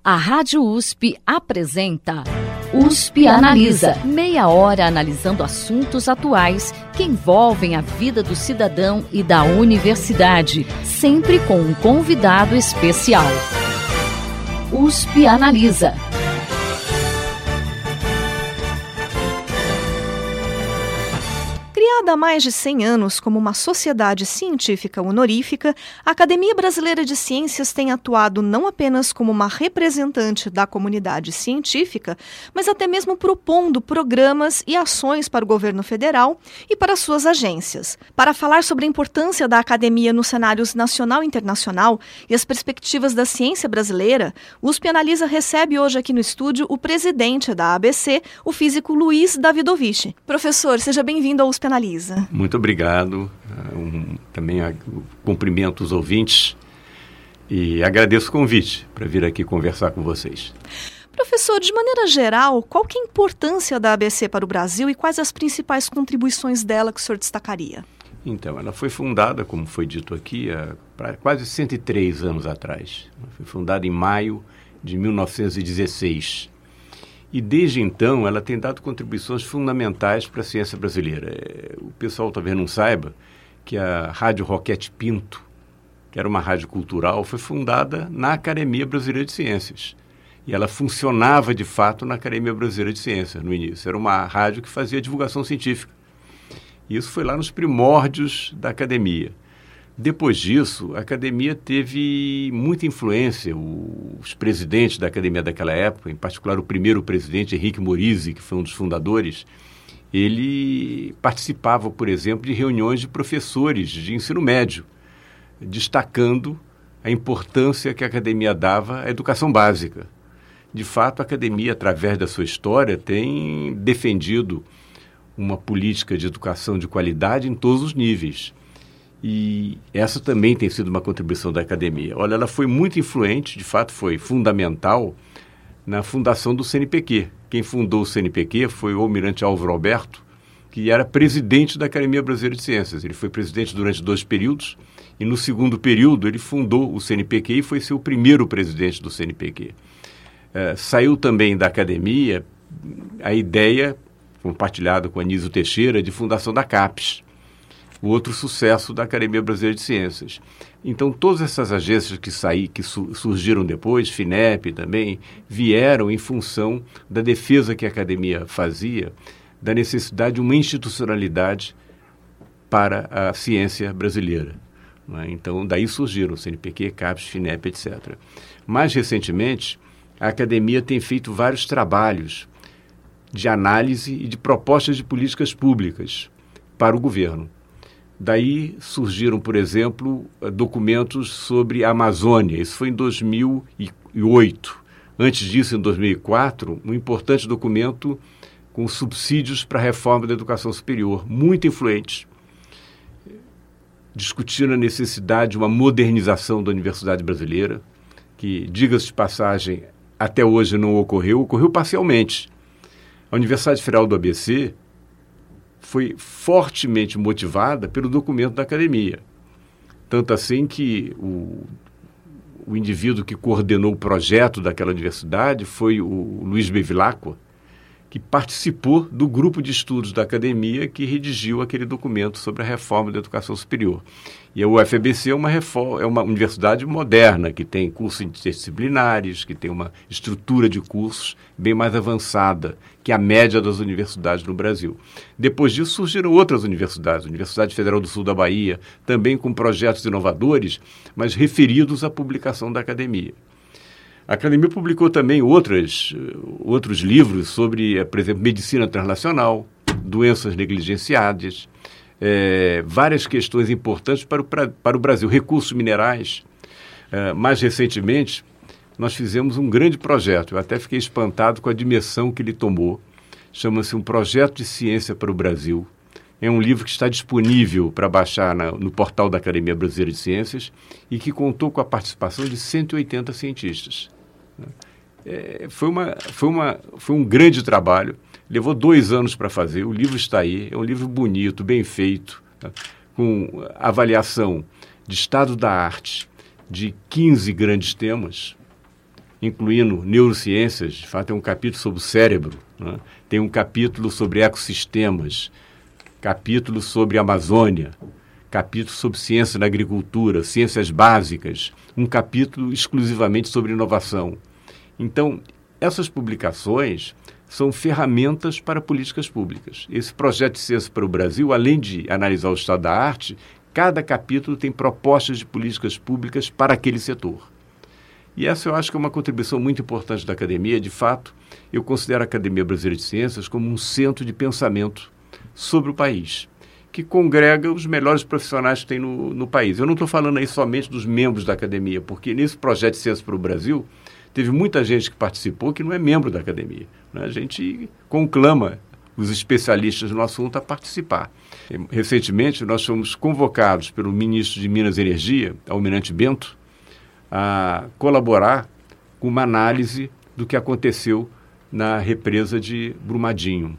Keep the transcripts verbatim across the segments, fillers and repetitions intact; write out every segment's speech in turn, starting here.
A Rádio U S P apresenta U S P Analisa. Meia hora analisando assuntos atuais que envolvem a vida do cidadão e da universidade, sempre com um convidado especial. U S P Analisa. Criada há mais de cem anos como uma sociedade científica honorífica, a Academia Brasileira de Ciências tem atuado não apenas como uma representante da comunidade científica, mas até mesmo propondo programas e ações para o governo federal e para suas agências. Para falar sobre a importância da academia nos cenários nacional e internacional e as perspectivas da ciência brasileira, o U S P Analisa recebe hoje aqui no estúdio o presidente da A B C, o físico Luiz Davidovich. Professor, seja bem-vindo ao U S P Analisa. Muito obrigado. Um, também a, cumprimento os ouvintes e agradeço o convite para vir aqui conversar com vocês. Professor, de maneira geral, qual que é a importância da A B C para o Brasil e quais as principais contribuições dela que o senhor destacaria? Então, ela foi fundada, como foi dito aqui, há quase cento e três anos atrás. Ela foi fundada em maio de mil novecentos e dezesseis. E desde então ela tem dado contribuições fundamentais para a ciência brasileira. O pessoal talvez não saiba que a Rádio Roquete Pinto, que era uma rádio cultural, foi fundada na Academia Brasileira de Ciências. E ela funcionava de fato na Academia Brasileira de Ciências no início. Era uma rádio que fazia divulgação científica. E isso foi lá nos primórdios da academia. Depois disso, a academia teve muita influência. Os presidentes da academia daquela época, em particular o primeiro presidente, Henrique Morizzi, que foi um dos fundadores, ele participava, por exemplo, de reuniões de professores de ensino médio, destacando a importância que a academia dava à educação básica. De fato, a academia, através da sua história, tem defendido uma política de educação de qualidade em todos os níveis. E essa também tem sido uma contribuição da academia. Olha, ela foi muito influente, de fato foi fundamental na fundação do C N P Q. Quem fundou o C N P Q foi o almirante Álvaro Alberto, que era presidente da Academia Brasileira de Ciências. Ele foi presidente durante dois períodos e no segundo período ele fundou o C N P Q e foi seu primeiro presidente do C N P Q. É, saiu também da academia a ideia, compartilhada com Anísio Teixeira, de fundação da CAPES, o outro sucesso da Academia Brasileira de Ciências. Então, todas essas agências que, saí, que su, surgiram depois, FINEP também, vieram em função da defesa que a academia fazia, da necessidade de uma institucionalidade para a ciência brasileira. Não é? Então, daí surgiram o C N P Q, CAPES, FINEP, etcétera. Mais recentemente, a academia tem feito vários trabalhos de análise e de propostas de políticas públicas para o governo. Daí surgiram, por exemplo, documentos sobre a Amazônia. Isso foi em dois mil e oito. Antes disso, em dois mil e quatro, um importante documento com subsídios para a reforma da educação superior, muito influente, discutindo a necessidade de uma modernização da universidade brasileira, que, diga-se de passagem, até hoje não ocorreu, ocorreu parcialmente. A Universidade Federal do A B C foi fortemente motivada pelo documento da academia. Tanto assim que o, o indivíduo que coordenou o projeto daquela universidade foi o Luiz Bevilacqua, que participou do grupo de estudos da academia que redigiu aquele documento sobre a reforma da educação superior. E a U F A B C é uma, reforma, é uma universidade moderna, que tem cursos interdisciplinares, que tem uma estrutura de cursos bem mais avançada que a média das universidades no Brasil. Depois disso surgiram outras universidades, a Universidade Federal do Sul da Bahia, também com projetos inovadores, mas referidos à publicação da academia. A academia publicou também outras, outros livros sobre, por exemplo, medicina translacional, doenças negligenciadas, é, várias questões importantes para o, para o Brasil, recursos minerais. É, mais recentemente, nós fizemos um grande projeto, eu até fiquei espantado com a dimensão que ele tomou, chama-se Um Projeto de Ciência para o Brasil. É um livro que está disponível para baixar na, no portal da Academia Brasileira de Ciências e que contou com a participação de cento e oitenta cientistas. É, foi, uma, foi, uma, foi um grande trabalho, levou dois anos para fazer, o livro está aí, é um livro bonito, bem feito, tá? Com avaliação de estado da arte de quinze grandes temas, incluindo neurociências. De fato, tem um capítulo sobre o cérebro, né? Tem um capítulo sobre ecossistemas, capítulo sobre a Amazônia, capítulo sobre ciência da agricultura, ciências básicas, um capítulo exclusivamente sobre inovação. Então, essas publicações são ferramentas para políticas públicas. Esse projeto de Ciência para o Brasil, além de analisar o estado da arte, cada capítulo tem propostas de políticas públicas para aquele setor. E essa eu acho que é uma contribuição muito importante da academia. De fato, eu considero a Academia Brasileira de Ciências como um centro de pensamento sobre o país, que congrega os melhores profissionais que tem no, no país. Eu não estou falando aí somente dos membros da academia, porque nesse projeto de Ciência para o Brasil, teve muita gente que participou que não é membro da academia, né? A gente conclama os especialistas no assunto a participar. Recentemente, nós fomos convocados pelo ministro de Minas e Energia, Almirante Bento, a colaborar com uma análise do que aconteceu na represa de Brumadinho.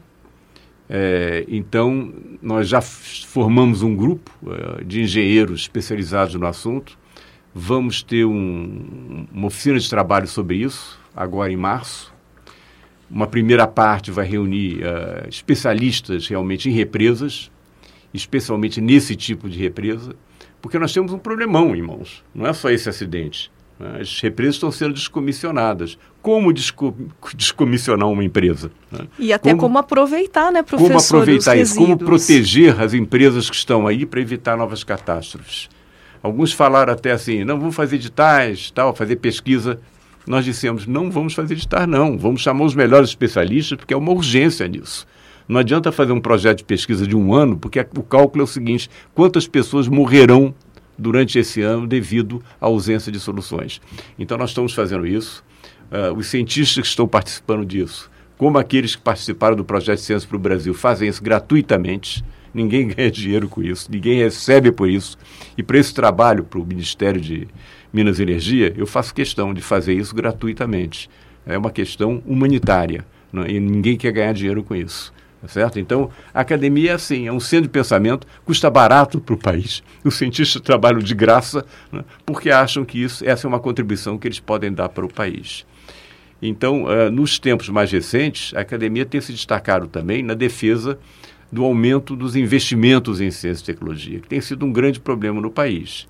É, então, nós já formamos um grupo uh, de engenheiros especializados no assunto. Vamos ter um, uma oficina de trabalho sobre isso, agora em março. Uma primeira parte vai reunir uh, especialistas realmente em represas, especialmente nesse tipo de represa, porque nós temos um problemão, irmãos. Não é só esse acidente. Né? As represas estão sendo descomissionadas. Como desco- descomissionar uma empresa? Né? E até como, como aproveitar, né, professor? Como aproveitar isso? Resíduos. Como proteger as empresas que estão aí para evitar novas catástrofes? Alguns falaram até assim, não, vamos fazer editais, tal, fazer pesquisa. Nós dissemos, não vamos fazer editais, não. Vamos chamar os melhores especialistas, porque é uma urgência nisso. Não adianta fazer um projeto de pesquisa de um ano, porque o cálculo é o seguinte, quantas pessoas morrerão durante esse ano devido à ausência de soluções? Então, nós estamos fazendo isso. Uh, os cientistas que estão participando disso, como aqueles que participaram do projeto de Ciência para o Brasil, fazem isso gratuitamente. Ninguém ganha dinheiro com isso, ninguém recebe por isso. E para esse trabalho, para o Ministério de Minas e Energia, eu faço questão de fazer isso gratuitamente. É uma questão humanitária, não, e ninguém quer ganhar dinheiro com isso. Tá certo? Então, a academia é assim, é um centro de pensamento, custa barato para o país. Os cientistas trabalham de graça, né, porque acham que isso, essa é uma contribuição que eles podem dar para o país. Então, uh, nos tempos mais recentes, a academia tem se destacado também na defesa do aumento dos investimentos em ciência e tecnologia, que tem sido um grande problema no país.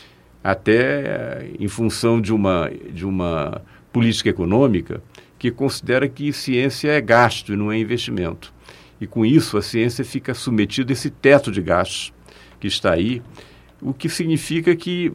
Até uh, em função de uma, de uma política econômica que considera que ciência é gasto e não é investimento. E com isso a ciência fica submetida a esse teto de gastos que está aí, o que significa que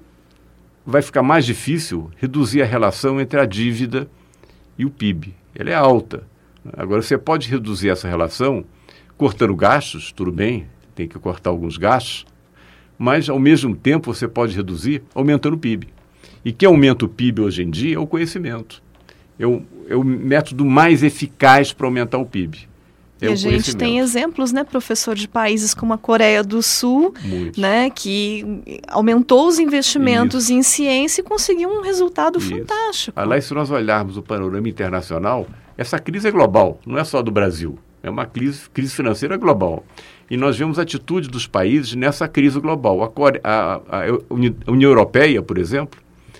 vai ficar mais difícil reduzir a relação entre a dívida e o P I B. Ela é alta. Agora, você pode reduzir essa relação cortando gastos, tudo bem, tem que cortar alguns gastos, mas ao mesmo tempo você pode reduzir aumentando o P I B. E quem aumenta o P I B hoje em dia é o conhecimento. É o, é o método mais eficaz para aumentar o P I B. É e a gente tem exemplos, né, professor, de países como a Coreia do Sul, né, que aumentou os investimentos Isso. em ciência e conseguiu um resultado Isso. fantástico. Aliás, se nós olharmos o panorama internacional, essa crise é global, não é só do Brasil. É uma crise, crise financeira global. E nós vemos a atitude dos países nessa crise global. A, Core... a, a, a União Europeia, por exemplo,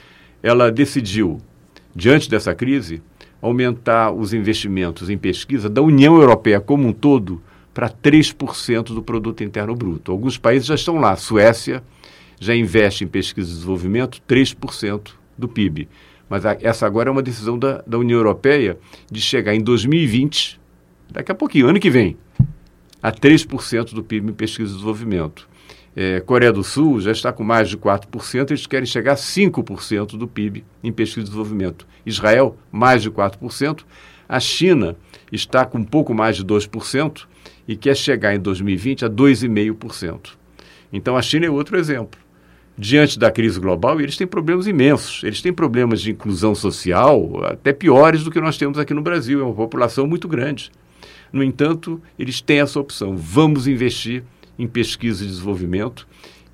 ela decidiu, diante dessa crise, aumentar os investimentos em pesquisa da União Europeia como um todo para três por cento do produto interno bruto. Alguns países já estão lá. A Suécia já investe em pesquisa e desenvolvimento três por cento do P I B. Mas a, essa agora é uma decisão da, da União Europeia de chegar em dois mil e vinte, daqui a pouquinho, ano que vem, a três por cento do P I B em pesquisa e desenvolvimento. É, Coreia do Sul já está com mais de quatro por cento, eles querem chegar a cinco por cento do P I B em pesquisa e desenvolvimento. Israel, mais de quatro por cento. A China está com um pouco mais de dois por cento e quer chegar em dois mil e vinte a dois vírgula cinco por cento. Então, a China é outro exemplo. Diante da crise global, eles têm problemas imensos. Eles têm problemas de inclusão social, até piores do que nós temos aqui no Brasil. É uma população muito grande. No entanto, eles têm essa opção. Vamos investir em pesquisa e desenvolvimento,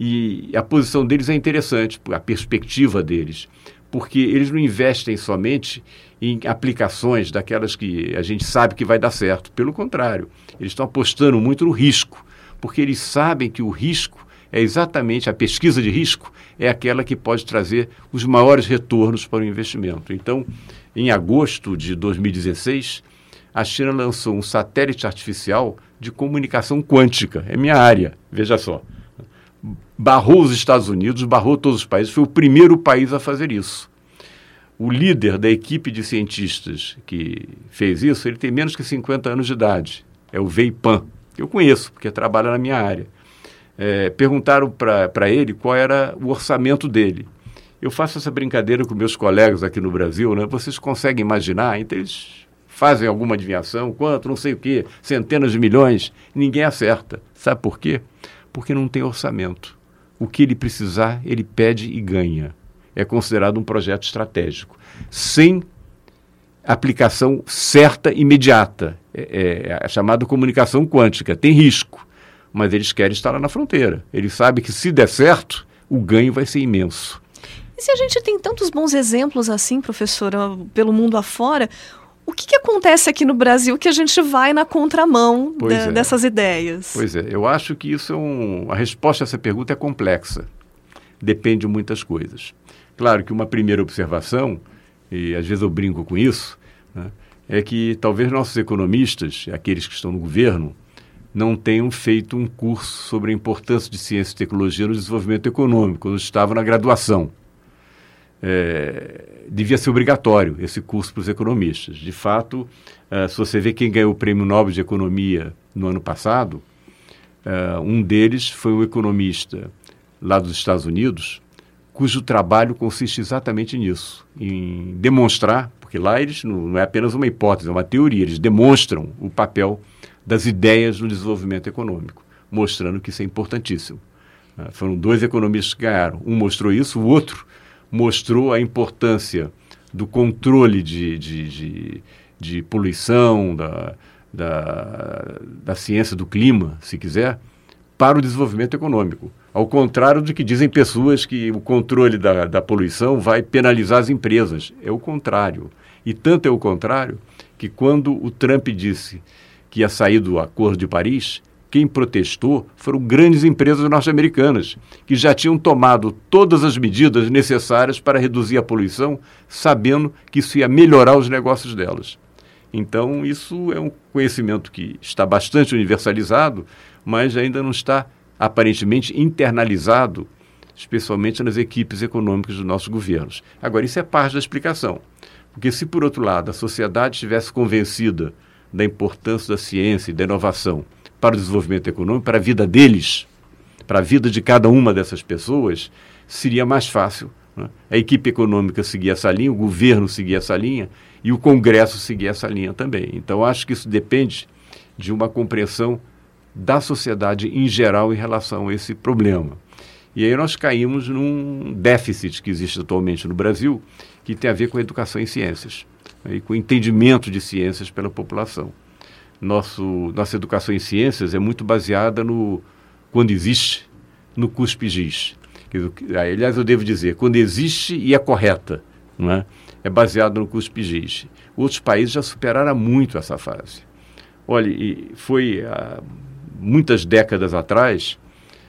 e a posição deles é interessante, a perspectiva deles, porque eles não investem somente em aplicações daquelas que a gente sabe que vai dar certo. Pelo contrário, eles estão apostando muito no risco, porque eles sabem que o risco é exatamente, a pesquisa de risco é aquela que pode trazer os maiores retornos para o investimento. Então, em agosto de dois mil e dezesseis, a China lançou um satélite artificial de comunicação quântica. É minha área, veja só. Barrou os Estados Unidos, barrou todos os países, foi o primeiro país a fazer isso. O líder da equipe de cientistas que fez isso, ele tem menos que cinquenta anos de idade. É o Wei Pan, que eu conheço, porque trabalha na minha área. É, perguntaram para ele qual era o orçamento dele. Eu faço essa brincadeira com meus colegas aqui no Brasil, né? Vocês conseguem imaginar? Então eles fazem alguma adivinhação, quanto, não sei o quê, centenas de milhões, ninguém acerta. Sabe por quê? Porque não tem orçamento. O que ele precisar, ele pede e ganha. É considerado um projeto estratégico, sem aplicação certa e imediata. É, é a chamada comunicação quântica. Tem risco, mas eles querem estar lá na fronteira. Eles sabem que se der certo, o ganho vai ser imenso. E se a gente tem tantos bons exemplos assim, professora, pelo mundo afora, o que, que acontece aqui no Brasil que a gente vai na contramão de, é. dessas ideias? Pois é, eu acho que isso é um... A resposta a essa pergunta é complexa. Depende de muitas coisas. Claro que uma primeira observação, e às vezes eu brinco com isso, né, é que talvez nossos economistas, aqueles que estão no governo, não tenham feito um curso sobre a importância de ciência e tecnologia no desenvolvimento econômico, quando estavam na graduação. É, devia ser obrigatório esse curso para os economistas. De fato, uh, se você vê quem ganhou o Prêmio Nobel de Economia no ano passado, uh, um deles foi um economista lá dos Estados Unidos, cujo trabalho consiste exatamente nisso, em demonstrar, porque lá eles não, não é apenas uma hipótese, é uma teoria, eles demonstram o papel das ideias no desenvolvimento econômico, mostrando que isso é importantíssimo. Uh, foram dois economistas que ganharam. Um mostrou isso, o outro mostrou a importância do controle de, de, de, de poluição, da, da, da ciência do clima, se quiser, para o desenvolvimento econômico. Ao contrário do que dizem pessoas que o controle da, da poluição vai penalizar as empresas. É o contrário. E tanto é o contrário que quando o Trump disse que ia sair do Acordo de Paris, quem protestou foram grandes empresas norte-americanas, que já tinham tomado todas as medidas necessárias para reduzir a poluição, sabendo que isso ia melhorar os negócios delas. Então, isso é um conhecimento que está bastante universalizado, mas ainda não está aparentemente internalizado, especialmente nas equipes econômicas dos nossos governos. Agora, isso é parte da explicação, porque se, por outro lado, a sociedade estivesse convencida da importância da ciência e da inovação para o desenvolvimento econômico, para a vida deles, para a vida de cada uma dessas pessoas, seria mais fácil, né? A equipe econômica seguir essa linha, o governo seguir essa linha e o Congresso seguir essa linha também. Então, acho que isso depende de uma compreensão da sociedade em geral em relação a esse problema. E aí nós caímos num déficit que existe atualmente no Brasil, que tem a ver com a educação em ciências, né? E com o entendimento de ciências pela população. Nosso, nossa educação em ciências é muito baseada no, quando existe, no cuspigis. Aliás, eu devo dizer, quando existe e é correta, não é? É baseado no cuspigis. Outros países já superaram muito essa fase. Olha, e foi há muitas décadas atrás,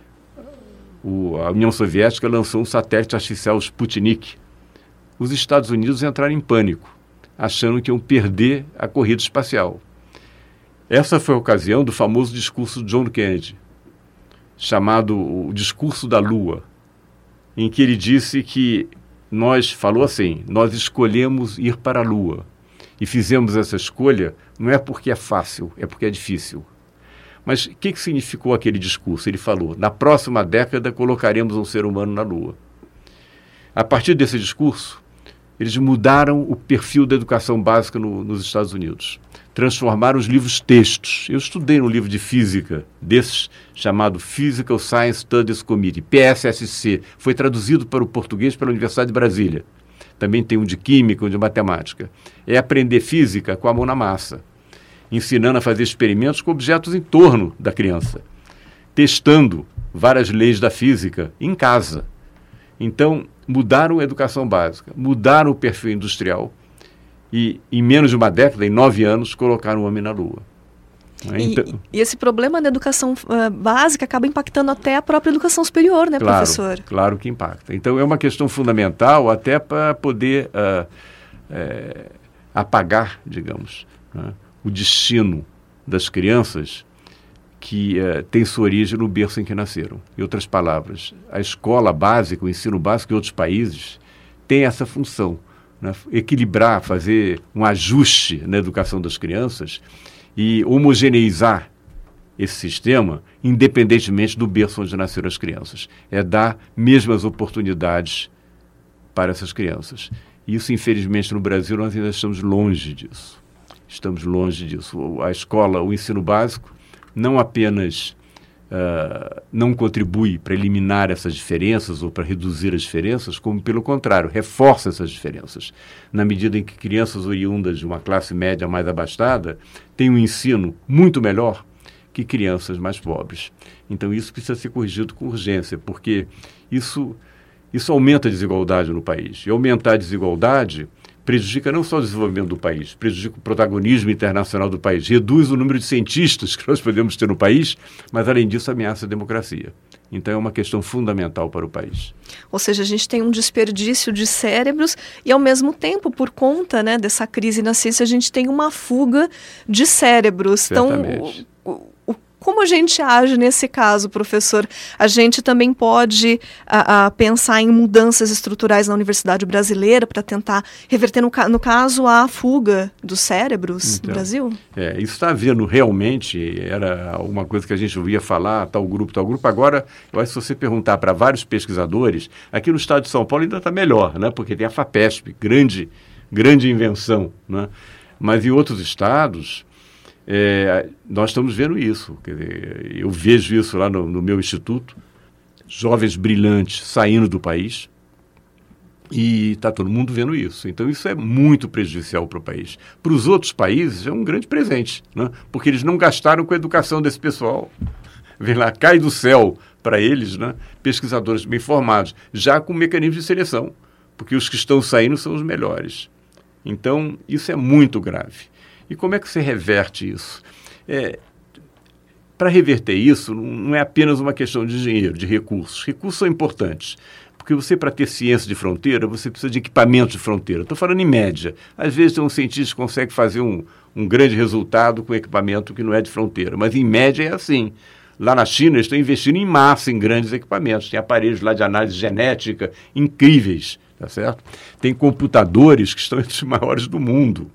o, a União Soviética lançou um satélite artificial Sputnik. Os Estados Unidos entraram em pânico, achando que iam perder a corrida espacial. Essa foi a ocasião do famoso discurso de John Kennedy, chamado o Discurso da Lua, em que ele disse que nós, falou assim, nós escolhemos ir para a Lua e fizemos essa escolha não é porque é fácil, é porque é difícil. Mas o que, que significou aquele discurso? Ele falou, na próxima década colocaremos um ser humano na Lua. A partir desse discurso, eles mudaram o perfil da educação básica no, nos Estados Unidos. Transformaram os livros textos. Eu estudei no livro de física, desses chamado Physical Science Studies Committee, P S S C. Foi traduzido para o português pela Universidade de Brasília. Também tem um de química, um de matemática. É aprender física com a mão na massa, ensinando a fazer experimentos com objetos em torno da criança, testando várias leis da física em casa. Então, mudaram a educação básica, mudaram o perfil industrial e, em menos de uma década, em nove anos, colocaram o homem na Lua. Então, e, e esse problema da educação uh, básica acaba impactando até a própria educação superior, né, claro, professor? Claro que impacta. Então, é uma questão fundamental até para poder uh, é, apagar, digamos, né, o destino das crianças que uh, tem sua origem no berço em que nasceram. Em outras palavras, a escola básica, o ensino básico em outros países tem essa função, né, equilibrar, fazer um ajuste na educação das crianças e homogeneizar esse sistema, independentemente do berço onde nasceram as crianças. É dar mesmas oportunidades para essas crianças. Isso, infelizmente, no Brasil, nós ainda estamos longe disso. Estamos longe disso. A escola, o ensino básico, não apenas uh, não contribui para eliminar essas diferenças ou para reduzir as diferenças, como, pelo contrário, reforça essas diferenças. Na medida em que crianças oriundas de uma classe média mais abastada têm um ensino muito melhor que crianças mais pobres. Então, isso precisa ser corrigido com urgência, porque isso, isso aumenta a desigualdade no país. E aumentar a desigualdade prejudica não só o desenvolvimento do país, prejudica o protagonismo internacional do país, reduz o número de cientistas que nós podemos ter no país, mas, além disso, ameaça a democracia. Então, é uma questão fundamental para o país. Ou seja, a gente tem um desperdício de cérebros e, ao mesmo tempo, por conta, né, dessa crise na ciência, a gente tem uma fuga de cérebros. Certamente. Então, o, o, como a gente age nesse caso, professor? A gente também pode a, a, pensar em mudanças estruturais na universidade brasileira para tentar reverter, no, no caso, a fuga dos cérebros então, no Brasil? É, isso está havendo realmente, era uma coisa que a gente ouvia falar, tal grupo, tal grupo. Agora, eu acho que se você perguntar para vários pesquisadores, aqui no estado de São Paulo ainda está melhor, né? Porque tem a FAPESP, grande, grande invenção, né? Mas em outros estados... É, nós estamos vendo isso, quer dizer, eu vejo isso lá no, no meu instituto, jovens brilhantes saindo do país e está todo mundo vendo isso. Então isso é muito prejudicial para o país. Para os outros países é um grande presente, né? Porque eles não gastaram com a educação desse pessoal. Vem lá, cai do céu para eles, né? Pesquisadores bem formados, já com mecanismos de seleção, porque os que estão saindo são os melhores. Então isso é muito grave. E como é que você reverte isso? É, para reverter isso, não é apenas uma questão de dinheiro, de recursos. Recursos são importantes, porque você, para ter ciência de fronteira, você precisa de equipamento de fronteira. Estou falando em média. Às vezes, um cientista consegue fazer um, um grande resultado com equipamento que não é de fronteira, mas em média é assim. Lá na China, eles estão investindo em massa em grandes equipamentos. Tem aparelhos lá de análise genética incríveis, tá certo? Tem computadores que estão entre os maiores do mundo.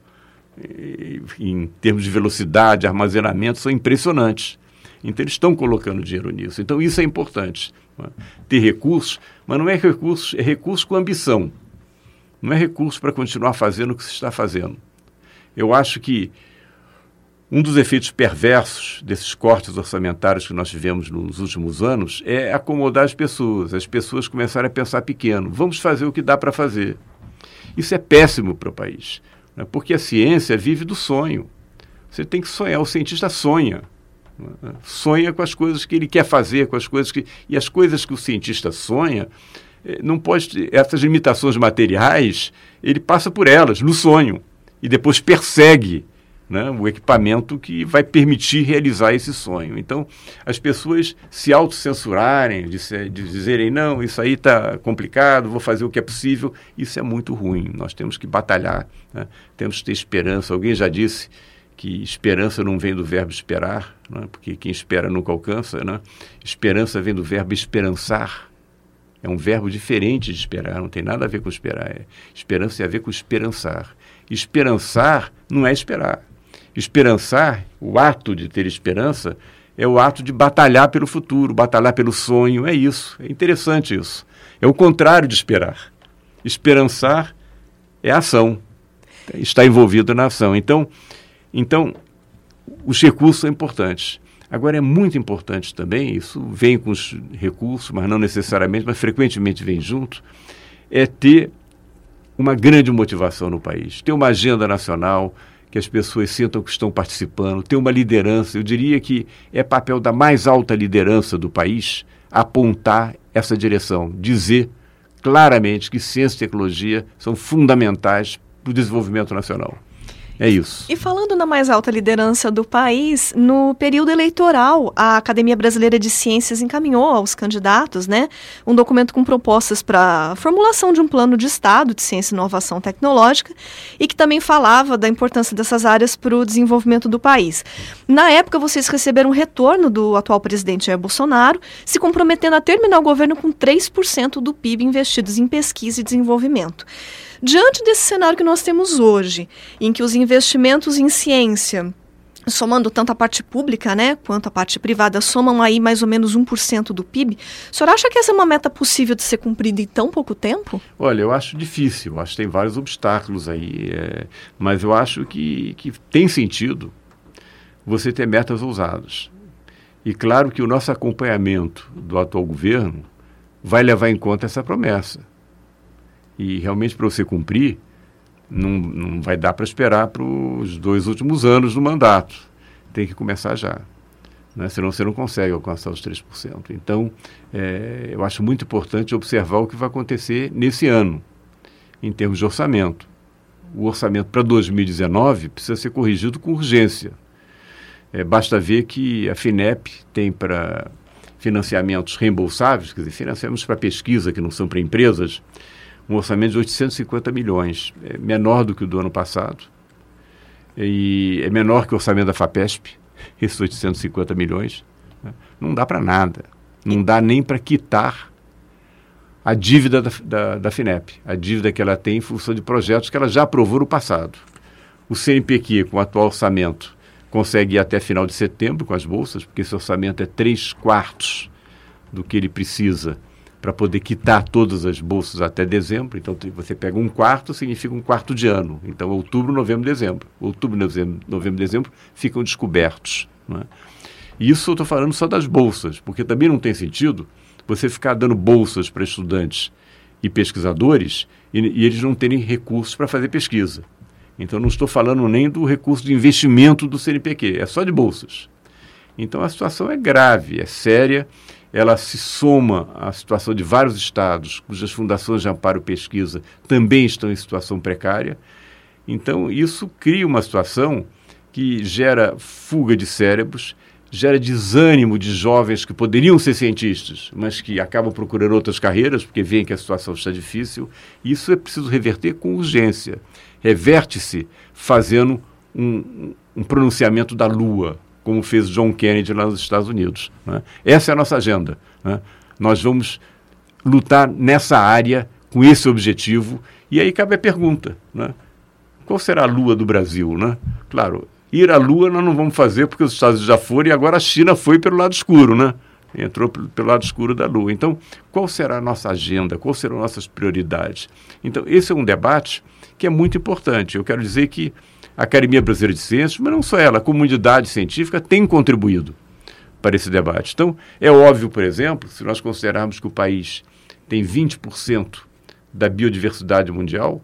Em termos de velocidade, armazenamento, são impressionantes. Então, eles estão colocando dinheiro nisso. Então, isso é importante. Né? Ter recursos, mas não é recurso, é recurso com ambição. Não é recurso para continuar fazendo o que se está fazendo. Eu acho que um dos efeitos perversos desses cortes orçamentários que nós tivemos nos últimos anos é acomodar as pessoas. As pessoas começarem a pensar pequeno. Vamos fazer o que dá para fazer. Isso é péssimo para o país. Porque a ciência vive do sonho. Você tem que sonhar, o cientista sonha. Sonha com as coisas que ele quer fazer, com as coisas que... E as coisas que o cientista sonha, não pode... Essas limitações materiais, ele passa por elas, no sonho. E depois persegue, né, o equipamento que vai permitir realizar esse sonho. Então, as pessoas se autocensurarem, de, se, de dizerem, não, isso aí está complicado, vou fazer o que é possível, isso é muito ruim. Nós temos que batalhar, né? Temos que ter esperança. Alguém já disse que esperança não vem do verbo esperar, né? Porque quem espera nunca alcança, né? Esperança vem do verbo esperançar. É um verbo diferente de esperar, não tem nada a ver com esperar. É. Esperança tem a ver com esperançar. Esperançar não é esperar. Esperançar, o ato de ter esperança, é o ato de batalhar pelo futuro, batalhar pelo sonho, é isso, é interessante isso. É o contrário de esperar. Esperançar é ação, está envolvido na ação. Então, então, os recursos são importantes. Agora, é muito importante também, isso vem com os recursos, mas não necessariamente, mas frequentemente vem junto, é ter uma grande motivação no país, ter uma agenda nacional, que as pessoas sintam que estão participando, ter uma liderança. Eu diria que é papel da mais alta liderança do país apontar essa direção, dizer claramente que ciência e tecnologia são fundamentais para o desenvolvimento nacional. É isso. E falando na mais alta liderança do país, no período eleitoral, a Academia Brasileira de Ciências encaminhou aos candidatos, né, um documento com propostas para a formulação de um plano de Estado de ciência e inovação tecnológica e que também falava da importância dessas áreas para o desenvolvimento do país. Na época, vocês receberam um retorno do atual presidente Jair Bolsonaro, se comprometendo a terminar o governo com três por cento do P I B investidos em pesquisa e desenvolvimento. Diante desse cenário que nós temos hoje, em que os investimentos em ciência, somando tanto a parte pública, né, quanto a parte privada, somam aí mais ou menos um por cento do P I B, o senhor acha que essa é uma meta possível de ser cumprida em tão pouco tempo? Olha, eu acho difícil, acho que tem vários obstáculos aí, é, mas eu acho que, que tem sentido você ter metas ousadas. E claro que o nosso acompanhamento do atual governo vai levar em conta essa promessa. E realmente para você cumprir, não, não vai dar para esperar para os dois últimos anos do mandato. Tem que começar já, né? Senão você não consegue alcançar os três por cento. Então, é, eu acho muito importante observar o que vai acontecer nesse ano, em termos de orçamento. O orçamento para dois mil e dezenove precisa ser corrigido com urgência. É, basta ver que a FINEP tem para financiamentos reembolsáveis, quer dizer, financiamentos para pesquisa que não são para empresas, um orçamento de oitocentos e cinquenta milhões, é menor do que o do ano passado, e é menor que o orçamento da FAPESP, esses oitocentos e cinquenta milhões, né? Não dá para nada, não dá nem para quitar a dívida da, da, da FINEP, a dívida que ela tem em função de projetos que ela já aprovou no passado. O C N P Q, com o atual orçamento, consegue ir até final de setembro com as bolsas, porque esse orçamento é três quartos do que ele precisa para poder quitar todas as bolsas até dezembro. Então, você pega um quarto, significa um quarto de ano. Então, outubro, novembro, dezembro. Outubro, novembro, novembro dezembro ficam descobertos, não é? E isso eu estou falando só das bolsas, porque também não tem sentido você ficar dando bolsas para estudantes e pesquisadores e, e eles não terem recursos para fazer pesquisa. Então, não estou falando nem do recurso de investimento do C N P Q, é só de bolsas. Então, a situação é grave, é séria. Ela se soma à situação de vários estados cujas fundações de amparo e pesquisa também estão em situação precária. Então, isso cria uma situação que gera fuga de cérebros, gera desânimo de jovens que poderiam ser cientistas, mas que acabam procurando outras carreiras porque veem que a situação está difícil. Isso é preciso reverter com urgência. Reverte-se fazendo um, um pronunciamento da Lua, como fez John Kennedy lá nos Estados Unidos, né? Essa é a nossa agenda, né? Nós vamos lutar nessa área com esse objetivo. E aí cabe a pergunta, né? Qual será a Lua do Brasil, né? Claro, ir à Lua nós não vamos fazer porque os Estados Unidos já foram e agora a China foi pelo lado escuro, né? Entrou pelo lado escuro da Lua. Então, qual será a nossa agenda? Quais serão nossas prioridades? Então, esse é um debate que é muito importante. Eu quero dizer que a Academia Brasileira de Ciências, mas não só ela, a comunidade científica tem contribuído para esse debate. Então, é óbvio, por exemplo, se nós considerarmos que o país tem vinte por cento da biodiversidade mundial,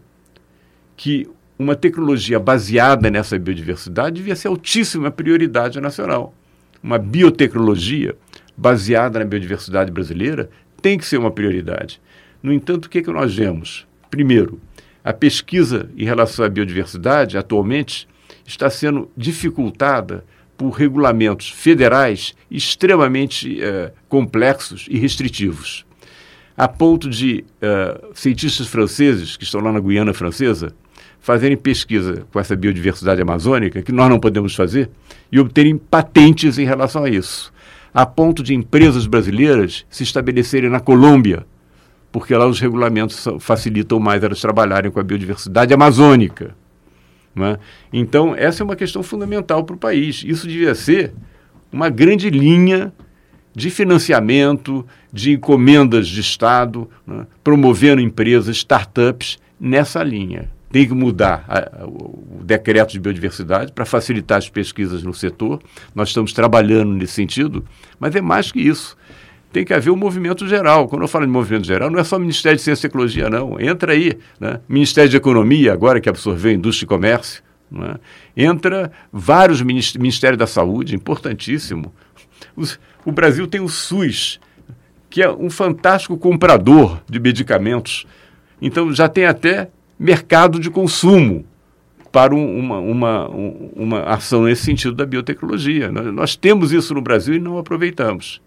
que uma tecnologia baseada nessa biodiversidade devia ser altíssima prioridade nacional. Uma biotecnologia baseada na biodiversidade brasileira tem que ser uma prioridade. No entanto, o que é que nós vemos? Primeiro, a pesquisa em relação à biodiversidade, atualmente, está sendo dificultada por regulamentos federais extremamente eh, complexos e restritivos, a ponto de eh, cientistas franceses, que estão lá na Guiana Francesa, fazerem pesquisa com essa biodiversidade amazônica, que nós não podemos fazer, e obterem patentes em relação a isso, a ponto de empresas brasileiras se estabelecerem na Colômbia, porque lá os regulamentos facilitam mais elas trabalharem com a biodiversidade amazônica, não é? Então, essa é uma questão fundamental para o país. Isso devia ser uma grande linha de financiamento, de encomendas de Estado, né? Promovendo empresas, startups nessa linha. Tem que mudar a, a, o decreto de biodiversidade para facilitar as pesquisas no setor. Nós estamos trabalhando nesse sentido, mas é mais que isso. Tem que haver um movimento geral. Quando eu falo de movimento geral, não é só o Ministério de Ciência e Tecnologia, não. Entra aí, né? Ministério de Economia, agora que absorveu Indústria e Comércio. Não é? Entra vários ministérios, Ministério da Saúde, importantíssimo. Os, o Brasil tem o SUS, que é um fantástico comprador de medicamentos. Então, já tem até mercado de consumo para um, uma, uma, um, uma ação nesse sentido da biotecnologia. Nós, nós temos isso no Brasil e não aproveitamos.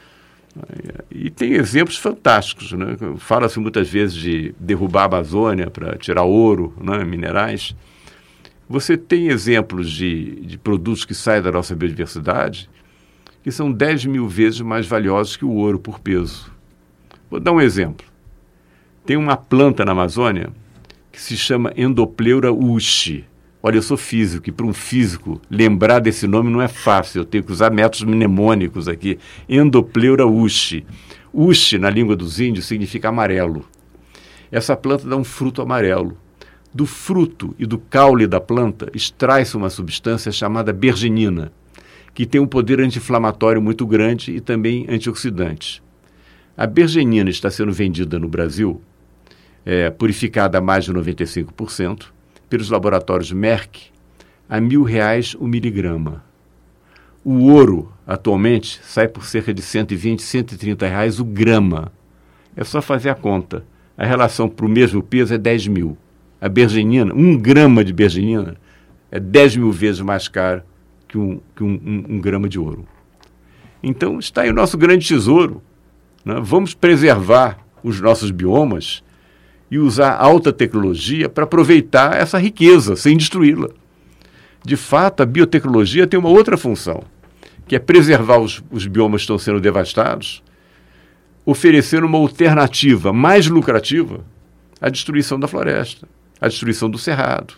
E tem exemplos fantásticos, né? Fala-se muitas vezes de derrubar a Amazônia para tirar ouro, né? Minerais. Você tem exemplos de, de produtos que saem da nossa biodiversidade que são dez mil vezes mais valiosos que o ouro por peso. Vou dar um exemplo. Tem uma planta na Amazônia que se chama Endopleura ushi. Olha, eu sou físico, e para um físico lembrar desse nome não é fácil, eu tenho que usar métodos mnemônicos aqui. Endopleura ushi. Ushi, na língua dos índios, significa amarelo. Essa planta dá um fruto amarelo. Do fruto e do caule da planta extrai-se uma substância chamada bergenina, que tem um poder anti-inflamatório muito grande e também antioxidante. A bergenina está sendo vendida no Brasil, é, purificada a mais de noventa e cinco por cento, pelos laboratórios Merck, a mil reais o miligrama. O ouro, atualmente, sai por cerca de cento e vinte, cento e trinta reais o grama. É só fazer a conta. A relação para o mesmo peso é dez mil. A bergenina, um grama de bergenina, é dez mil vezes mais caro que um, que um, um, um grama de ouro. Então, está aí o nosso grande tesouro, né? Vamos preservar os nossos biomas e usar alta tecnologia para aproveitar essa riqueza, sem destruí-la. De fato, a biotecnologia tem uma outra função, que é preservar os, os biomas que estão sendo devastados, oferecendo uma alternativa mais lucrativa à destruição da floresta, à destruição do cerrado.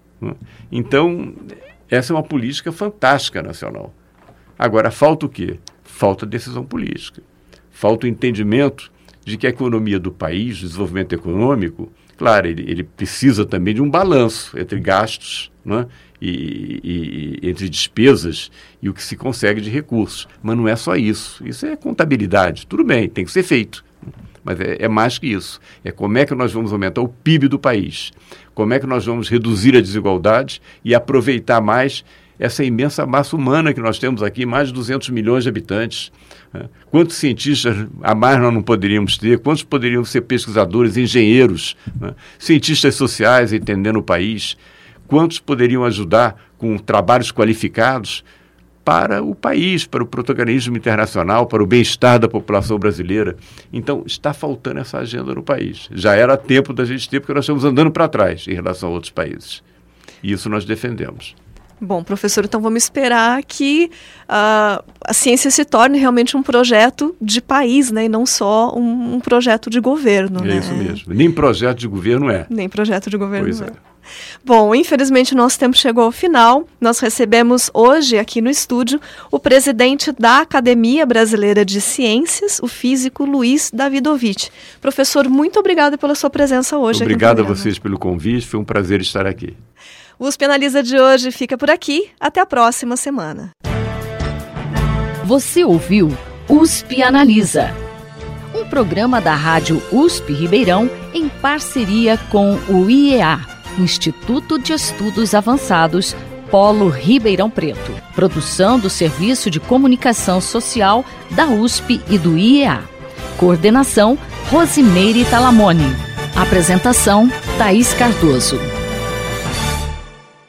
Então, essa é uma política fantástica nacional. Agora, falta o quê? Falta decisão política. Falta o entendimento de que a economia do país, o desenvolvimento econômico, claro, ele, ele precisa também de um balanço entre gastos, né, e, e, e entre despesas e o que se consegue de recursos. Mas não é só isso. Isso é contabilidade. Tudo bem, tem que ser feito. Mas é, é mais que isso. É como é que nós vamos aumentar o P I B do país. Como é que nós vamos reduzir a desigualdade e aproveitar mais essa imensa massa humana que nós temos aqui, mais de duzentos milhões de habitantes. Quantos cientistas a mais nós não poderíamos ter? Quantos poderiam ser pesquisadores, engenheiros, né? Cientistas sociais entendendo o país? Quantos poderiam ajudar com trabalhos qualificados para o país, para o protagonismo internacional, para o bem-estar da população brasileira? Então, está faltando essa agenda no país. Já era tempo da gente ter, porque nós estamos andando para trás em relação a outros países. E isso nós defendemos. Bom, professor, então vamos esperar que uh, a ciência se torne realmente um projeto de país, né, e não só um, um projeto de governo. É, né? Isso mesmo. Nem projeto de governo é. Nem projeto de governo pois é. é. Bom, infelizmente o nosso tempo chegou ao final. Nós recebemos hoje aqui no estúdio o presidente da Academia Brasileira de Ciências, o físico Luiz Davidovich. Professor, muito obrigada pela sua presença hoje. Obrigado aqui no a vocês pelo convite, foi um prazer estar aqui. O U S P Analisa de hoje fica por aqui. Até a próxima semana. Você ouviu U S P Analisa, um programa da Rádio U S P Ribeirão em parceria com o I E A, Instituto de Estudos Avançados, Polo Ribeirão Preto. Produção do Serviço de Comunicação Social da U S P e do I E A. Coordenação, Rosimeire Talamone. Apresentação, Thaís Cardoso.